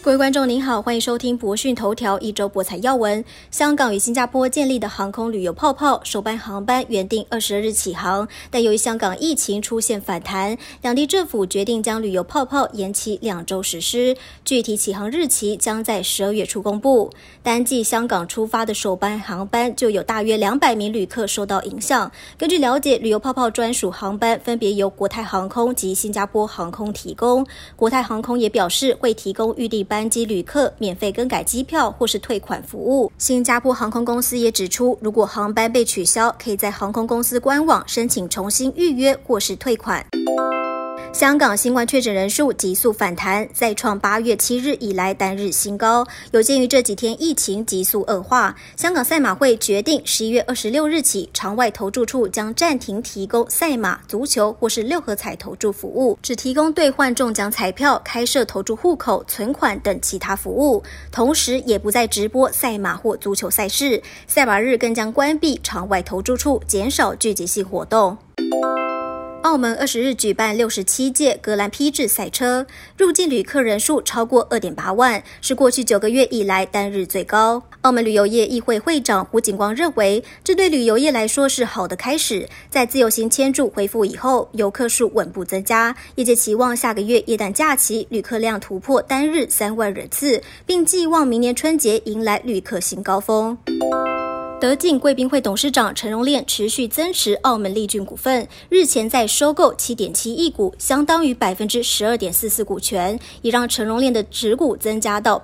各位观众您好，欢迎收听博讯头条一周博彩要闻。香港与新加坡建立的航空旅游泡泡，首班航班原定22日起航，但由于香港疫情出现反弹，两地政府决定将旅游泡泡延期2周实施，具体起航日期将在12月初公布。单计香港出发的首班航班就有大约200名旅客受到影响。根据了解，旅游泡泡专属航班分别由国泰航空及新加坡航空提供。国泰航空也表示会提供预订班机旅客免费更改机票或是退款服务。新加坡航空公司也指出，如果航班被取消，可以在航空公司官网申请重新预约或是退款。香港新冠确诊人数急速反弹，再创8月7日以来单日新高。有鉴于这几天疫情急速恶化，香港赛马会决定11月26日起，场外投注处将暂停提供赛马、足球或是6合彩投注服务，只提供兑换中奖彩票、开设投注户口、存款等其他服务。同时，也不再直播赛马或足球赛事。赛马日更将关闭场外投注处，减少聚集性活动。澳门20日举办67届格兰披治赛车，入境旅客人数超过 2.8 万，是过去9个月以来单日最高。澳门旅游业议会会长胡景光认为，这对旅游业来说是好的开始。在自由行签注恢复以后，游客数稳步增加，业界期望下个月耶诞假期旅客量突破单日3万人次，并寄望明年春节迎来旅客新高峰。德进贵宾会董事长陈荣炼持续增持澳门利骏股份，日前在收购 7.7 亿股，相当于 12.44% 股权，也让陈荣炼的持股增加到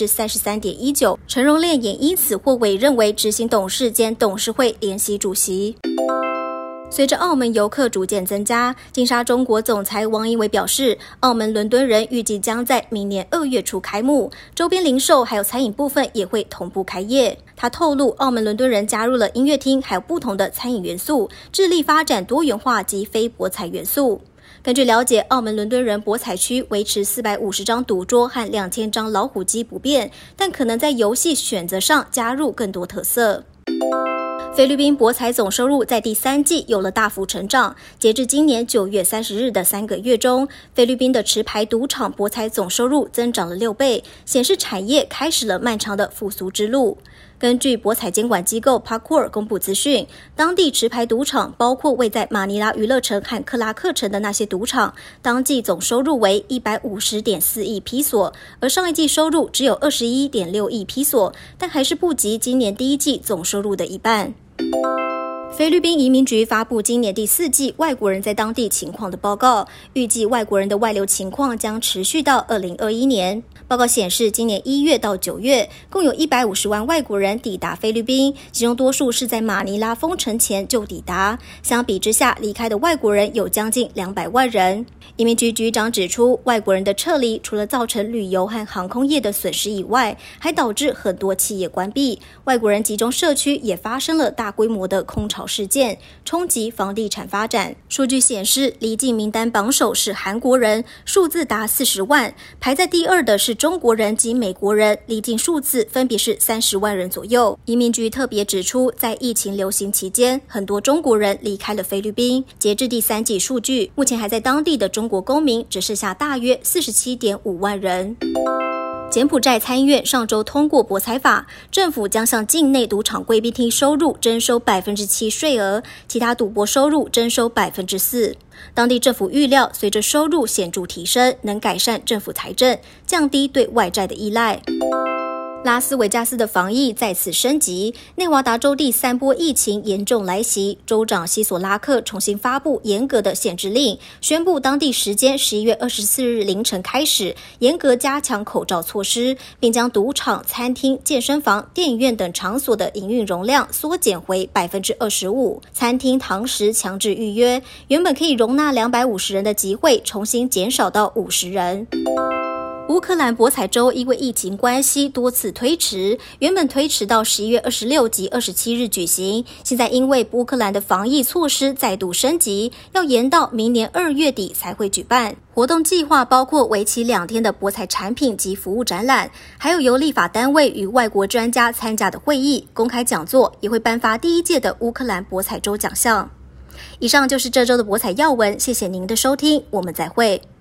33.19%。陈荣炼也因此获委任为执行董事兼董事会联席主席。随着澳门游客逐渐增加，金沙中国总裁王英伟表示，澳门伦敦人预计将在明年2月初开幕，周边零售还有餐饮部分也会同步开业。他透露，澳门伦敦人加入了音乐厅还有不同的餐饮元素，致力发展多元化及非博彩元素。根据了解，澳门伦敦人博彩区维持450张赌桌和2000张老虎机不变，但可能在游戏选择上加入更多特色。菲律宾博彩总收入在第3季有了大幅成长，截至今年9月30日的3个月中，菲律宾的持牌赌场博彩总收入增长了6倍，显示产业开始了漫长的复苏之路。根据博彩监管机构 Parkour 公布资讯，当地持牌赌场包括位在马尼拉娱乐城和克拉克城的那些赌场，当季总收入为 150.4 亿披索，而上一季收入只有 21.6 亿披索，但还是不及今年第一季总收入的一半。菲律宾移民局发布今年第4季外国人在当地情况的报告，预计外国人的外流情况将持续到2021年。报告显示，今年1月到9月，共有150万外国人抵达菲律宾，其中多数是在马尼拉封城前就抵达。相比之下，离开的外国人有将近200万人。移民局局长指出，外国人的撤离除了造成旅游和航空业的损失以外，还导致很多企业关闭。外国人集中社区也发生了大规模的空巢事件，冲击房地产发展。数据显示，离境名单榜首是韩国人，数字达40万，排在第2的是中国人及美国人，离境数字分别是30万人左右。移民局特别指出，在疫情流行期间，很多中国人离开了菲律宾。截至第3季数据，目前还在当地的中国公民只剩下大约 47.5 万人。柬埔寨参议院上周通过博彩法，政府将向境内赌场贵宾厅收入征收 7% 税额，其他赌博收入征收 4%。当地政府预料，随着收入显著提升，能改善政府财政，降低对外债的依赖。拉斯维加斯的防疫再次升级，内华达州第3波疫情严重来袭，州长西索拉克重新发布严格的限制令，宣布当地时间11月24日凌晨开始，严格加强口罩措施，并将赌场、餐厅、健身房、电影院等场所的营运容量缩减回 25%。餐厅堂食强制预约，原本可以容纳250人的集会重新减少到50人。乌克兰博彩周因为疫情关系多次推迟，原本推迟到11月26及27日举行，现在因为乌克兰的防疫措施再度升级，要延到明年2月底才会举办。活动计划包括为期2天的博彩产品及服务展览，还有由立法单位与外国专家参加的会议、公开讲座，也会颁发第1届的乌克兰博彩周奖项。以上就是这周的博彩要闻，谢谢您的收听，我们再会。